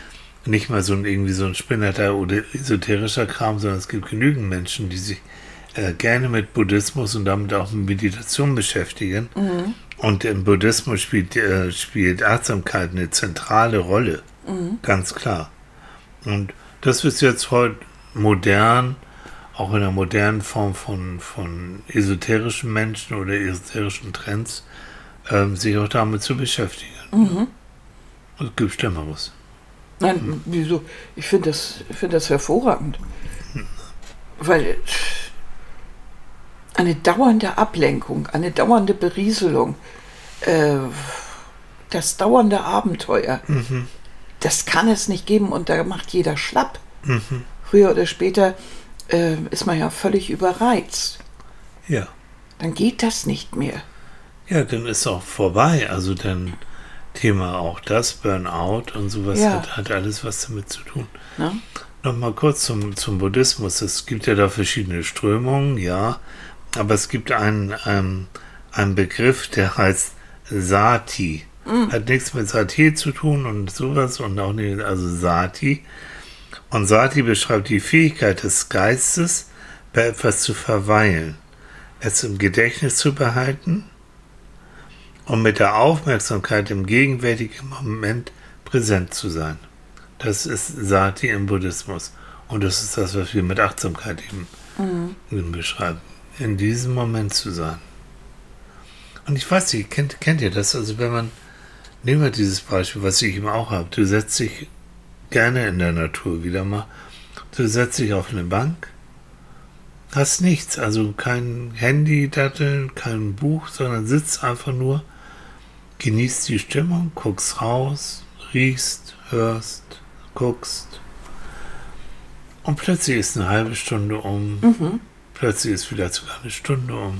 nicht mal irgendwie so ein spinnerter oder esoterischer Kram, sondern es gibt genügend Menschen, die sich gerne mit Buddhismus und damit auch mit Meditation beschäftigen. Und im Buddhismus spielt Achtsamkeit eine zentrale Rolle, ganz klar. Und das ist jetzt heute modern, auch in der modernen Form von esoterischen Menschen oder esoterischen Trends, sich auch damit zu beschäftigen. Es gibt Schlimmeres. Nein, wieso? Ich finde das hervorragend. Weil eine dauernde Ablenkung, eine dauernde Berieselung, das dauernde Abenteuer, das kann es nicht geben und da macht jeder schlapp. Früher oder später ist man ja völlig überreizt. Ja. Dann geht das nicht mehr. Ja, dann ist auch vorbei. Also dann Thema auch das, Burnout und sowas hat alles was damit zu tun. Na? Nochmal kurz zum Buddhismus. Es gibt ja da verschiedene Strömungen, ja, aber es gibt einen Begriff, der heißt Sati. Hat nichts mit Satir zu tun und sowas und auch nicht, also Sati. Und Sati beschreibt die Fähigkeit des Geistes, bei etwas zu verweilen, es im Gedächtnis zu behalten und mit der Aufmerksamkeit im gegenwärtigen Moment präsent zu sein. Das ist Sati im Buddhismus. Und das ist das, was wir mit Achtsamkeit eben beschreiben. In diesem Moment zu sein. Und ich weiß nicht, kennt ihr das? Also nehmen wir dieses Beispiel, was ich eben auch habe. Du setzt dich gerne in der Natur wieder mal. Du setzt dich auf eine Bank, hast nichts, also kein Handy, Datteln, kein Buch, sondern sitzt einfach nur, genießt die Stimmung, guckst raus, riechst, hörst, guckst. Und plötzlich ist eine halbe Stunde um, plötzlich ist vielleicht sogar eine Stunde um.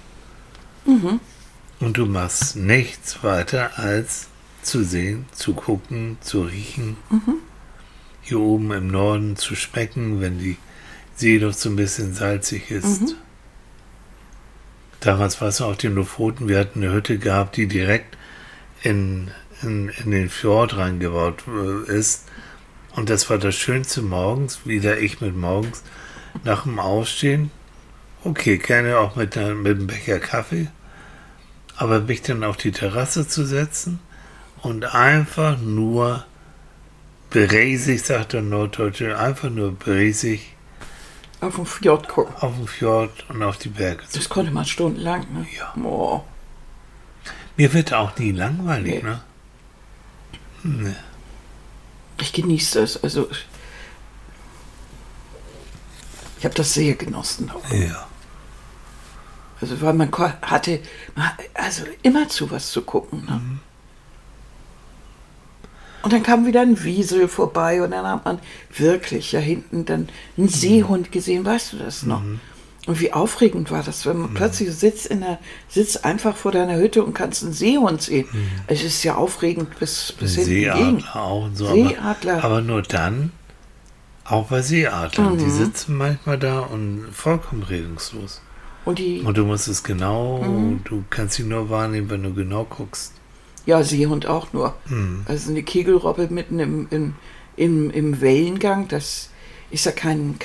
Und du machst nichts weiter als zu sehen, zu gucken, zu riechen. Hier oben im Norden zu schmecken, wenn die Seeluft so ein bisschen salzig ist. Damals war es auf den Lofoten, wir hatten eine Hütte gehabt, die direkt in den Fjord reingebaut ist. Und das war das Schönste morgens, wieder ich mit morgens, nach dem Aufstehen. Okay, gerne auch mit einem Becher Kaffee, aber mich dann auf die Terrasse zu setzen und einfach nur bereisig, sagt der Norddeutsche, einfach nur bereisig Auf den Fjord gucken. auf den Fjord und auf die Berge zu Das konnte man stundenlang, ne? Ja. Boah. Mir wird auch nie langweilig, Nee. ne? Nee. Ich genieße das. Also ich habe das sehr genossen. Auch. Ja. Also weil man hatte also immer zu was zu gucken. Ne? Und dann kam wieder ein Wiesel vorbei und dann hat man wirklich da hinten dann einen Seehund gesehen, weißt du das noch? Und wie aufregend war das, wenn man plötzlich sitzt einfach vor deiner Hütte und kannst einen Seehund sehen. Es ist ja aufregend bis hinten gegen. Seeadler auch und so. Seeadler. Aber nur dann, auch bei Seeadlern, die sitzen manchmal da und vollkommen regungslos. Und Und du musst es genau, du kannst sie nur wahrnehmen, wenn du genau guckst. ja, Seehund auch nur. Also eine Kegelrobbe mitten im Wellengang, das ist ja kein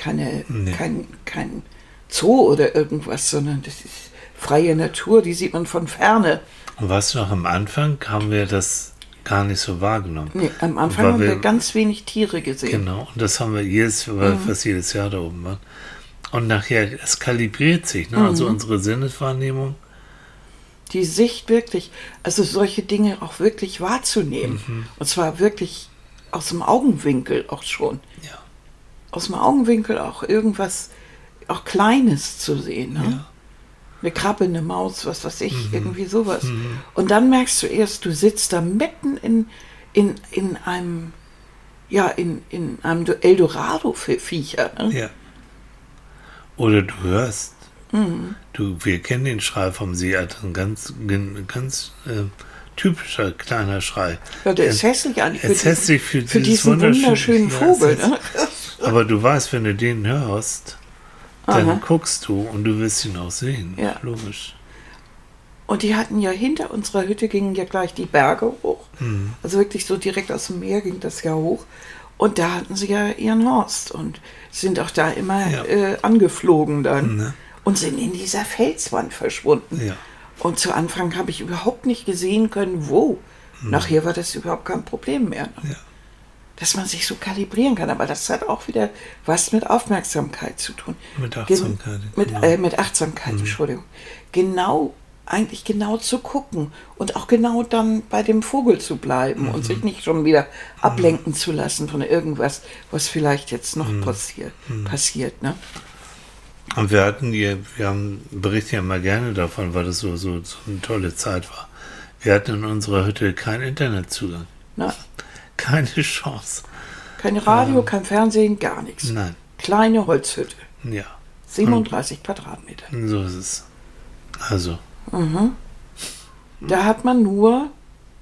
Zoo oder irgendwas, sondern das ist freie Natur, die sieht man von Ferne. Und weißt du noch, am Anfang haben wir das gar nicht so wahrgenommen. Nee, am Anfang Weil haben wir ganz wenig Tiere gesehen. Genau, und das haben wir fast jedes Jahr da oben. Ne? Und nachher, es kalibriert sich, ne? Also unsere Sinneswahrnehmung. Die Sicht wirklich, also solche Dinge auch wirklich wahrzunehmen. Und zwar wirklich aus dem Augenwinkel auch schon. Ja. Aus dem Augenwinkel auch irgendwas, auch Kleines zu sehen. Ne? Ja. Eine Krabbe, eine Maus, was weiß ich, irgendwie sowas. Und dann merkst du erst, du sitzt da mitten in einem, ja, in einem Eldorado für Viecher. Ne? Ja. Oder du hörst. Wir kennen den Schrei vom Seeadler, ein ganz typischer kleiner Schrei. Ja, der ist hässlich eigentlich für für diesen diesen wunderschönen Vogel. Ne? Aber du weißt, wenn du den hörst, dann guckst du und du willst ihn auch sehen. Ja. Logisch. Und die hatten ja hinter unserer Hütte gingen ja gleich die Berge hoch. Also wirklich so direkt aus dem Meer ging das ja hoch. Und da hatten sie ja ihren Horst und sind auch da immer angeflogen dann. Ne? und sind in dieser Felswand verschwunden. Ja. Und zu Anfang habe ich überhaupt nicht gesehen können, wo. Nachher war das überhaupt kein Problem mehr. Ne? Ja. Dass man sich so kalibrieren kann. Aber das hat auch wieder was mit Aufmerksamkeit zu tun. Mit Achtsamkeit. Mit Achtsamkeit, Entschuldigung. Eigentlich genau zu gucken und auch genau dann bei dem Vogel zu bleiben und sich nicht schon wieder ablenken zu lassen von irgendwas, was vielleicht jetzt noch passiert. Ne? Und wir berichten ja mal gerne davon, weil das so eine tolle Zeit war. Wir hatten in unserer Hütte keinen Internetzugang. Na? Keine Chance. Kein Radio, kein Fernsehen, gar nichts. Nein. Kleine Holzhütte. Ja. 37 Quadratmeter. So ist es. Also. Da hat man nur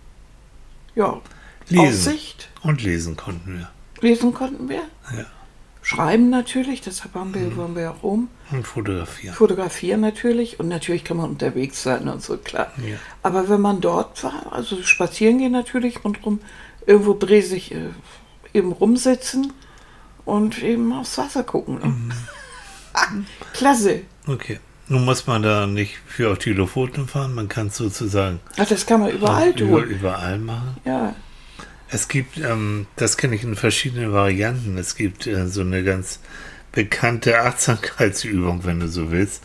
Lesen. Aussicht. Und lesen konnten wir. Lesen konnten wir. Ja. Schreiben natürlich, deshalb waren wir ja rum. Und fotografieren. Fotografieren natürlich. Und natürlich kann man unterwegs sein und so, klar. Ja. Aber wenn man dort war, also spazieren gehen natürlich rundherum, irgendwo bresig eben rumsitzen und eben aufs Wasser gucken. Ne? Klasse. Okay. Nun muss man da nicht für auf die Lofoten fahren, man kann es sozusagen Ach, das kann man überall tun. Überall machen. Ja. Es gibt, das kenne ich in verschiedenen Varianten, es gibt so eine ganz bekannte Achtsamkeitsübung, wenn du so willst.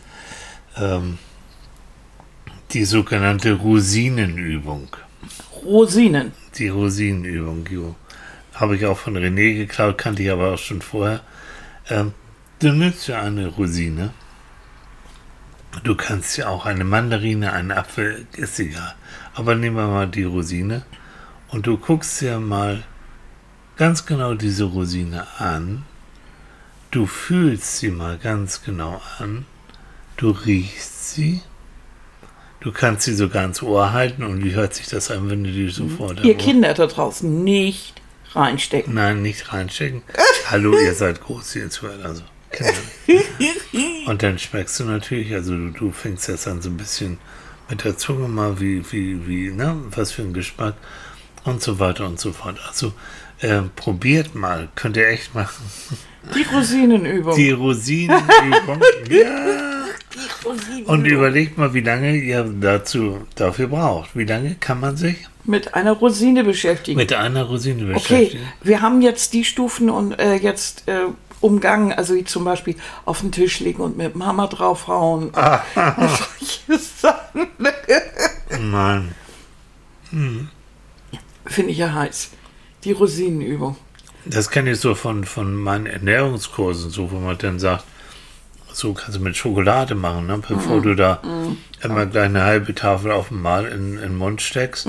Die sogenannte Rosinenübung. Rosinen. Die Rosinenübung, jo. Habe ich auch von René geklaut, kannte ich aber auch schon vorher. Du nimmst ja eine Rosine. Du kannst ja auch eine Mandarine, einen Apfel, ist egal. Aber nehmen wir mal die Rosine und du guckst dir mal ganz genau diese Rosine an. Du fühlst sie mal ganz genau an. Du riechst sie. Du kannst sie sogar ins Ohr halten und wie hört sich das an, wenn du die sofort... Ihr Kinder da draußen nicht reinstecken. Nein, nicht reinstecken. Hallo, ihr seid groß, ihr zuhört, also Kinder. Und dann schmeckst du natürlich, also du fängst jetzt an so ein bisschen mit der Zunge mal, wie, ne, was für ein Geschmack und so weiter und so fort. Also probiert mal, könnt ihr echt machen. Die Rosinenübung. Die Rosinenübung, ja. Und überlegt mal, wie lange ihr dafür braucht. Wie lange kann man sich mit einer Rosine beschäftigen? Mit einer Rosine beschäftigen. Okay, wir haben jetzt die Stufen und jetzt umgangen, also wie zum Beispiel auf den Tisch legen und mit dem Hammer draufhauen. Solche Sachen. Nein. Finde ich ja heiß. Die Rosinenübung. Das kenne ich so von meinen Ernährungskursen, so wo man dann sagt, so kannst du mit Schokolade machen, ne? Bevor du da immer gleich eine halbe Tafel auf einmal in den Mund steckst.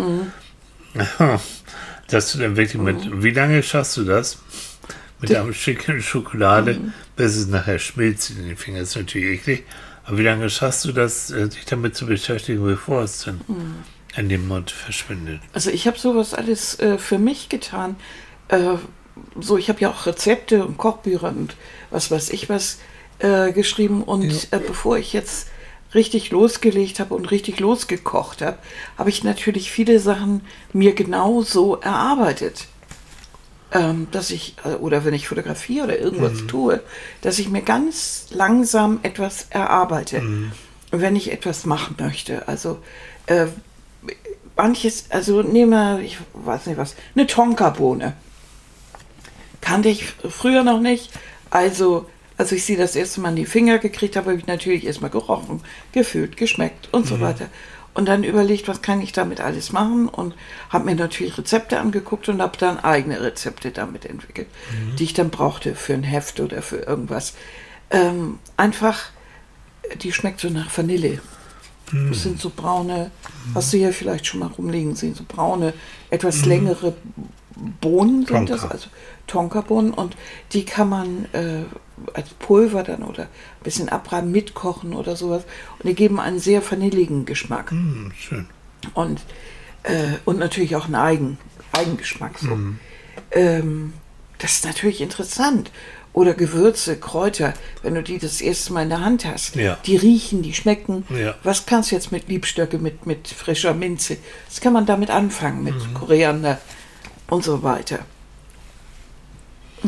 Dass du dann wirklich wie lange schaffst du das? Mit einem Stückchen Schokolade, bis es nachher schmilzt in den Fingern. Das ist natürlich eklig. Aber wie lange schaffst du das, dich damit zu beschäftigen, bevor es dann in den Mund verschwindet? Also ich habe sowas alles für mich getan. Ich habe ja auch Rezepte und Kochbücher und was weiß ich was geschrieben. Und bevor ich jetzt richtig losgelegt habe und richtig losgekocht habe, habe ich natürlich viele Sachen mir genau so erarbeitet. Dass ich, oder wenn ich fotografiere oder irgendwas tue, dass ich mir ganz langsam etwas erarbeite, wenn ich etwas machen möchte. Also manches, also nehme, ich weiß nicht was, eine Tonkabohne. Kannte ich früher noch nicht. Also, als ich sie das erste Mal in die Finger gekriegt habe, habe ich natürlich erstmal gerochen, gefühlt, geschmeckt und so weiter. Und dann überlegt, was kann ich damit alles machen und habe mir natürlich Rezepte angeguckt und habe dann eigene Rezepte damit entwickelt, die ich dann brauchte für ein Heft oder für irgendwas. Einfach, die schmeckt so nach Vanille. Das sind so braune, hast du hier vielleicht schon mal rumliegen sehen, so braune, etwas längere Bohnen sind das, also Tonkabohnen, und die kann man als Pulver dann oder ein bisschen abreiben, mitkochen oder sowas, und die geben einen sehr vanilligen Geschmack. Schön. Und natürlich auch einen Eigengeschmack. So. Das ist natürlich interessant. Oder Gewürze, Kräuter, wenn du die das erste Mal in der Hand hast. Ja. Die riechen, die schmecken. Ja. Was kannst du jetzt mit Liebstöcke, mit frischer Minze? Das kann man damit anfangen, mit Koriander und so weiter. Ne?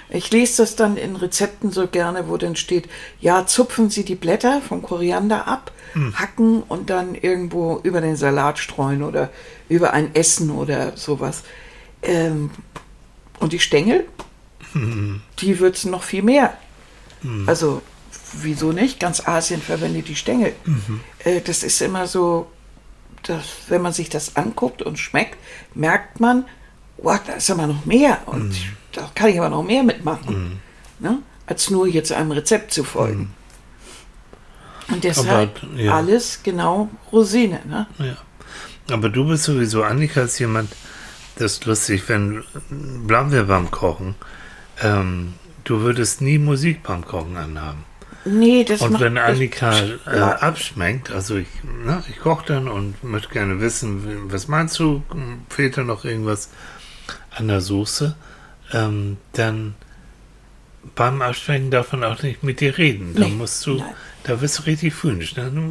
Ich lese das dann in Rezepten so gerne, wo dann steht, ja, zupfen Sie die Blätter vom Koriander ab, hacken und dann irgendwo über den Salat streuen oder über ein Essen oder sowas. Und die Stängel, die würzen noch viel mehr. Also, wieso nicht? Ganz Asien verwendet die Stängel. Das ist immer so, dass, wenn man sich das anguckt und schmeckt, merkt man, wow, da ist aber noch mehr und da kann ich aber noch mehr mitmachen, ne? Als nur jetzt einem Rezept zu folgen. Und deshalb alles genau Rosine. Ne? Ja. Aber du bist sowieso, Annika ist jemand, das ist lustig, bleiben wir beim Kochen, du würdest nie Musik beim Kochen anhaben. Nee, das und macht, wenn Annika ja. abschmeckt, also ich koche dann und möchte gerne wissen, was meinst du, fehlt da noch irgendwas an der Soße, dann beim Abschmecken darf man auch nicht mit dir reden. Da musst du, da wirst du richtig fühlen.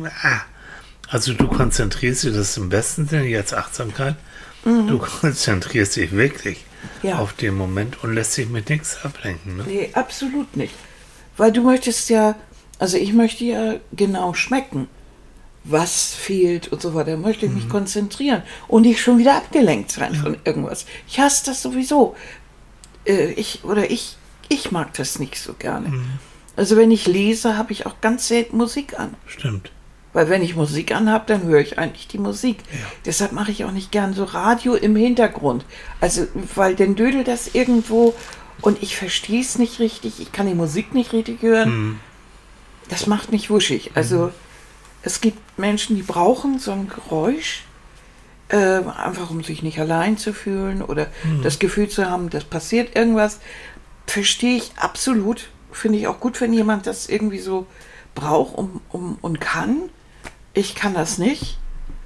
Also du konzentrierst dich, das ist im besten Sinne jetzt Achtsamkeit, du konzentrierst dich wirklich auf den Moment und lässt dich mit nichts ablenken. Ne? Nee, absolut nicht. Weil du möchtest ja, also ich möchte ja genau schmecken, was fehlt und so weiter. Da möchte ich mich konzentrieren und nicht schon wieder abgelenkt sein von irgendwas. Ich hasse das sowieso. Ich mag das nicht so gerne. Also wenn ich lese, habe ich auch ganz selten Musik an. Stimmt. Weil wenn ich Musik anhabe, dann höre ich eigentlich die Musik. Ja. Deshalb mache ich auch nicht gern so Radio im Hintergrund. Also, weil dann dödelt das irgendwo und ich verstehe es nicht richtig. Ich kann die Musik nicht richtig hören. Das macht mich wuschig. Also es gibt Menschen, die brauchen so ein Geräusch, einfach um sich nicht allein zu fühlen oder das Gefühl zu haben, das passiert irgendwas. Verstehe ich absolut. Finde ich auch gut, wenn jemand das irgendwie so braucht und kann. Ich kann das nicht.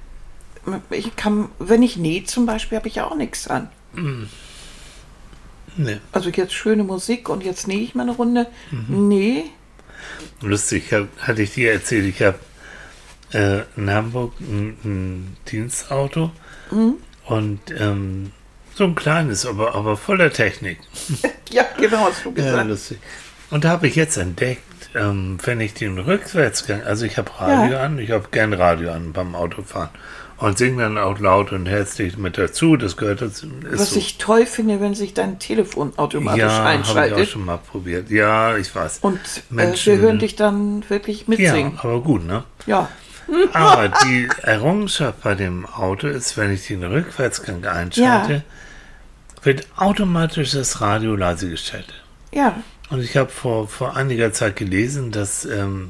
Wenn ich nähe zum Beispiel, habe ich auch nichts an. Nee. Also jetzt schöne Musik und jetzt nähe ich mal eine Runde. Nee. Lustig, hatte ich dir erzählt, ich habe in Hamburg ein Dienstauto und so ein kleines, aber voller Technik. Ja, genau, hast du gesagt. Ja, lustig. Und da habe ich jetzt entdeckt, wenn ich den Rückwärtsgang, also ich habe Radio an, ich habe gern Radio an beim Autofahren und singe dann auch laut und herzlich mit dazu, das gehört dazu. Was ich toll finde, wenn sich dein Telefon automatisch einschaltet. Ja, habe ich auch schon mal probiert. Ja, ich weiß. Und wir hören dich dann wirklich mitsingen. Ja, aber gut, ne? Ja. Aber die Errungenschaft bei dem Auto ist, wenn ich den Rückwärtsgang einschalte, wird automatisch das Radio leise gestellt. Ja. Und ich habe vor einiger Zeit gelesen, dass,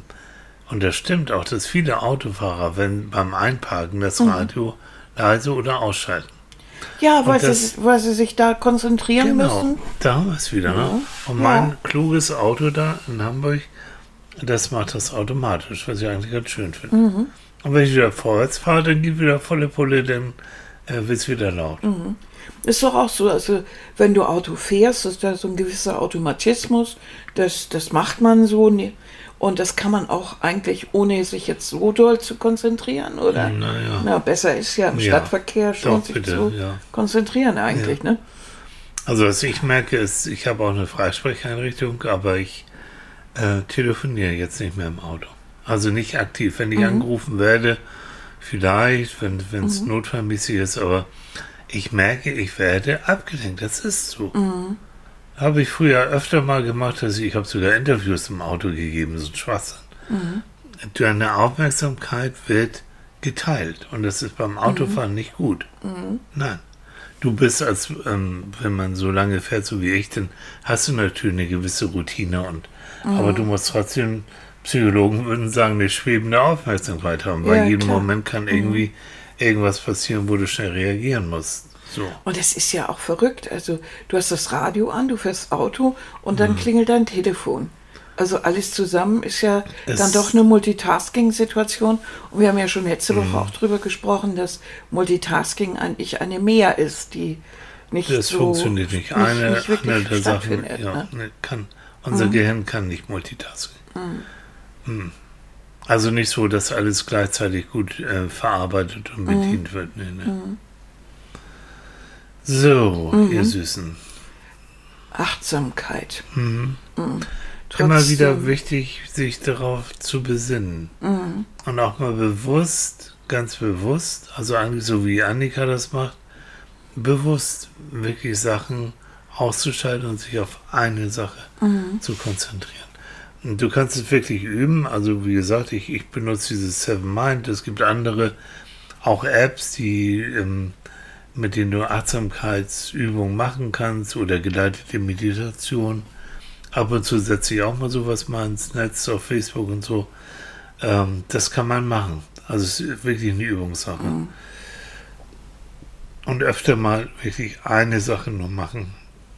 und das stimmt auch, dass viele Autofahrer, wenn beim Einparken das Radio leise oder ausschalten. Ja, weil sie sich da konzentrieren müssen. Genau, da haben wir es wieder. Ne? Und mein kluges Auto da in Hamburg, das macht das automatisch, was ich eigentlich ganz schön finde. Und wenn ich wieder vorwärts fahre, dann geht wieder volle Pulle, dann wird es wieder laut. Ist doch auch so, also wenn du Auto fährst, ist da so ein gewisser Automatismus, das macht man so und das kann man auch eigentlich, ohne sich jetzt so doll zu konzentrieren, oder? Na, besser ist ja im Stadtverkehr schon sich zu konzentrieren eigentlich, ne? Also was ich merke ist, ich habe auch eine Freisprecheinrichtung, aber ich telefoniere jetzt nicht mehr im Auto. Also nicht aktiv. Wenn ich angerufen werde, vielleicht, wenn es notfallmäßig ist, aber ich merke, ich werde abgelenkt. Das ist so. Habe ich früher öfter mal gemacht, ich habe sogar Interviews im Auto gegeben, so ein Schwachsinn. Deine Aufmerksamkeit wird geteilt und das ist beim Autofahren nicht gut. Nein. Du bist, wenn man so lange fährt, so wie ich, dann hast du natürlich eine gewisse Routine aber du musst trotzdem, Psychologen würden sagen, eine schwebende Aufmerksamkeit haben, weil jeden Moment kann irgendwie irgendwas passieren, wo du schnell reagieren musst. So. Und es ist ja auch verrückt. Also du hast das Radio an, du fährst Auto und dann klingelt dein Telefon. Also alles zusammen ist ja dann doch eine Multitasking-Situation. Und wir haben ja schon letzte Woche auch drüber gesprochen, dass Multitasking eigentlich eine Mehr ist, die nicht das so funktioniert nicht. Eine der Sachen, unser Gehirn kann nicht multitasking. Also nicht so, dass alles gleichzeitig gut verarbeitet und bedient wird. Nee. So, ihr Süßen. Achtsamkeit. Immer wieder wichtig, sich darauf zu besinnen. Und auch mal bewusst, ganz bewusst, also eigentlich so wie Annika das macht, bewusst wirklich Sachen auszuschalten und sich auf eine Sache zu konzentrieren. Und du kannst es wirklich üben. Also wie gesagt, ich benutze dieses Seven Mind. Es gibt andere, auch Apps, die mit denen du Achtsamkeitsübungen machen kannst oder geleitete Meditation. Ab und zu setze ich auch mal sowas mal ins Netz, auf Facebook und so. Das kann man machen. Also es ist wirklich eine Übungssache. Und öfter mal wirklich eine Sache nur machen.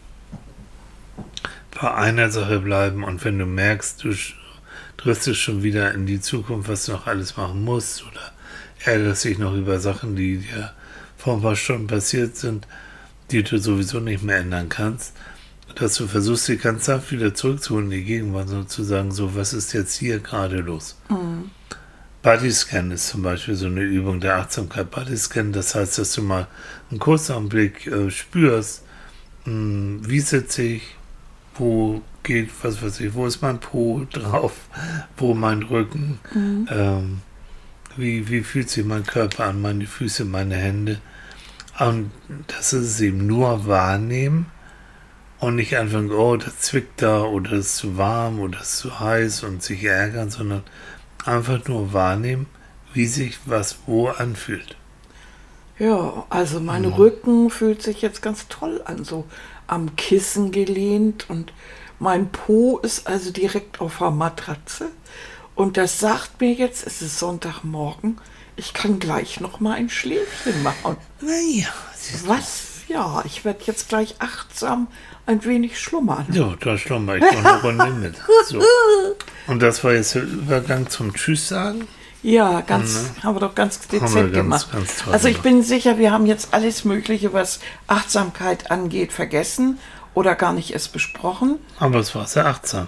Bei einer Sache bleiben, und wenn du merkst, du driftest schon wieder in die Zukunft, was du noch alles machen musst, oder ärgerst dich noch über Sachen, die dir vor ein paar Stunden passiert sind, die du sowieso nicht mehr ändern kannst, dass du versuchst, die ganz sanft wieder zurückzuholen in die Gegenwart, sozusagen, so, was ist jetzt hier gerade los? Bodyscan ist zum Beispiel so eine Übung der Achtsamkeit. Bodyscan, das heißt, dass du mal einen kurzen Augenblick spürst, wie sitze ich, wo geht, was weiß ich, wo ist mein Po drauf, wo mein Rücken, wie fühlt sich mein Körper an, meine Füße, meine Hände. Und das ist es eben, nur wahrnehmen und nicht einfach, oh, das zwickt da oder es ist zu warm oder es ist zu heiß und sich ärgern, sondern einfach nur wahrnehmen, wie sich was wo anfühlt. Ja, also mein Rücken fühlt sich jetzt ganz toll an, so am Kissen gelehnt, und mein Po ist also direkt auf der Matratze, und das sagt mir jetzt, es ist Sonntagmorgen, ich kann gleich noch mal ein Schläfchen machen. Naja. Was? Ja, ich werde jetzt gleich achtsam ein wenig schlummern. Ja, da schlummer ich noch eine Runde mit. So. Und das war jetzt der Übergang zum Tschüss sagen? Ja, haben wir doch ganz dezent gemacht. Ganz toll also ich gemacht. bin sicher, wir haben jetzt alles Mögliche, was Achtsamkeit angeht, vergessen oder gar nicht erst besprochen. Aber es war sehr achtsam.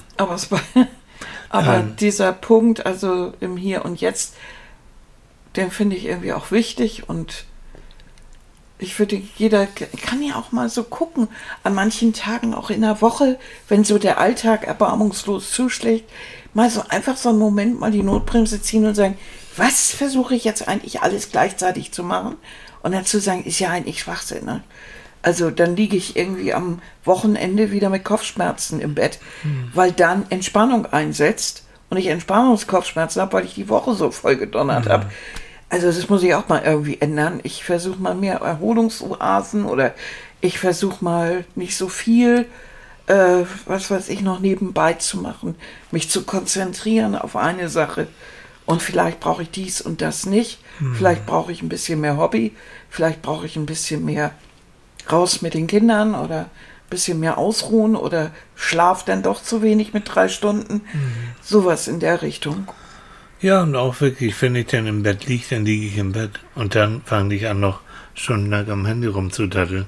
Aber dieser Punkt, also im Hier und Jetzt, den finde ich irgendwie auch wichtig, und ich würde, jeder kann ja auch mal so gucken, an manchen Tagen, auch in der Woche, wenn so der Alltag erbarmungslos zuschlägt, mal so einfach so einen Moment mal die Notbremse ziehen und sagen, was versuche ich jetzt eigentlich alles gleichzeitig zu machen? Und dazu sagen, ist ja eigentlich Schwachsinn, ne? Also dann liege ich irgendwie am Wochenende wieder mit Kopfschmerzen im Bett, weil dann Entspannung einsetzt und ich Entspannungskopfschmerzen habe, weil ich die Woche so voll gedonnert habe. Also das muss ich auch mal irgendwie ändern. Ich versuche mal mehr Erholungsoasen, oder ich versuche mal nicht so viel, was weiß ich, noch nebenbei zu machen, mich zu konzentrieren auf eine Sache. Und vielleicht brauche ich dies und das nicht. Vielleicht brauche ich ein bisschen mehr Hobby. Vielleicht brauche ich ein bisschen mehr raus mit den Kindern oder ein bisschen mehr ausruhen oder schlaf dann doch zu wenig mit 3 Stunden. Sowas in der Richtung. Ja, und auch wirklich, wenn ich dann im Bett liege, dann liege ich im Bett. Und dann fange ich an, noch stundenlang am Handy rumzudaddeln.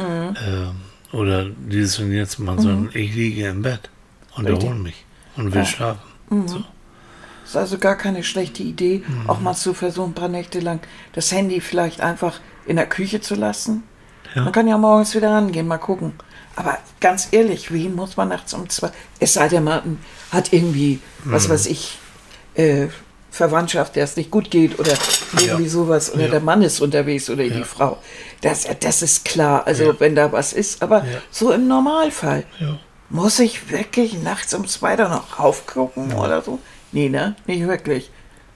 Oder dieses und jetzt machen, sondern ich liege im Bett und erhole mich und will schlafen. So. Ist also gar keine schlechte Idee, auch mal zu versuchen, ein paar Nächte lang das Handy vielleicht einfach in der Küche zu lassen. Ja. Man kann ja morgens wieder rangehen, mal gucken. Aber ganz ehrlich, wen muss man nachts um 2? Es sei denn, man hat irgendwie, was weiß ich, Verwandtschaft, der es nicht gut geht oder irgendwie sowas, oder der Mann ist unterwegs oder die Frau. Das ist klar, also wenn da was ist, aber so im Normalfall. Muss ich wirklich nachts um 2 da noch raufgucken oder so? Nee, ne? Nicht wirklich.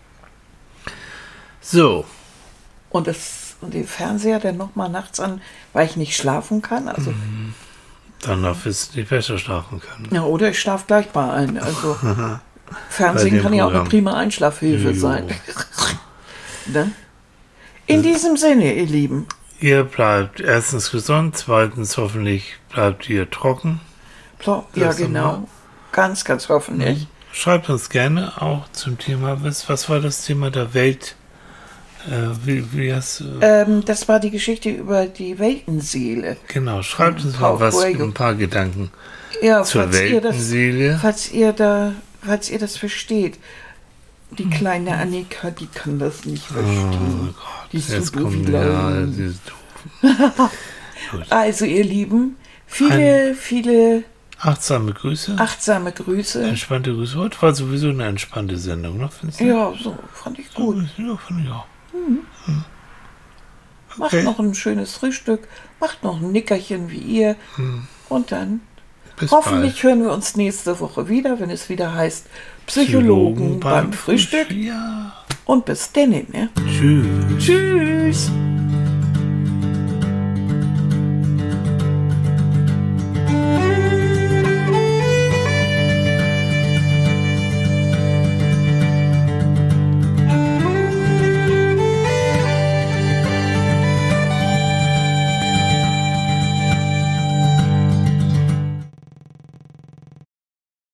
So. Und den Fernseher dann nochmal nachts an, weil ich nicht schlafen kann, also... Danach wirst du nicht besser schlafen können. Ja, oder ich schlafe gleich mal ein, also... Fernsehen kann ja auch eine prima Einschlafhilfe sein. Ne? In diesem Sinne, ihr Lieben. Ihr bleibt erstens gesund, zweitens hoffentlich bleibt ihr trocken. Ja, genau. Ganz, ganz hoffentlich. Schreibt uns gerne auch zum Thema, was war das Thema der Welt? Wie hast du? Das war die Geschichte über die Weltenseele. Genau, schreibt uns mal ein paar Gedanken zur Weltenseele. Falls ihr das versteht. Die kleine Annika, die kann das nicht verstehen. Oh Gott, die ist jetzt so doof. Die ist doof. Also ihr Lieben, viele achtsame Grüße. achtsame Grüße. Entspannte Grüße. Heute war sowieso eine entspannte Sendung, ne? Findest du? Ja, so fand ich gut. Ja, fand ich auch. Macht Okay. noch ein schönes Frühstück, macht noch ein Nickerchen wie ihr und dann Bis hoffentlich hören wir uns nächste Woche wieder, wenn es wieder heißt Psychologen beim Frühstück. Ja. Und bis dann, ne? Tschüss. Tschüss.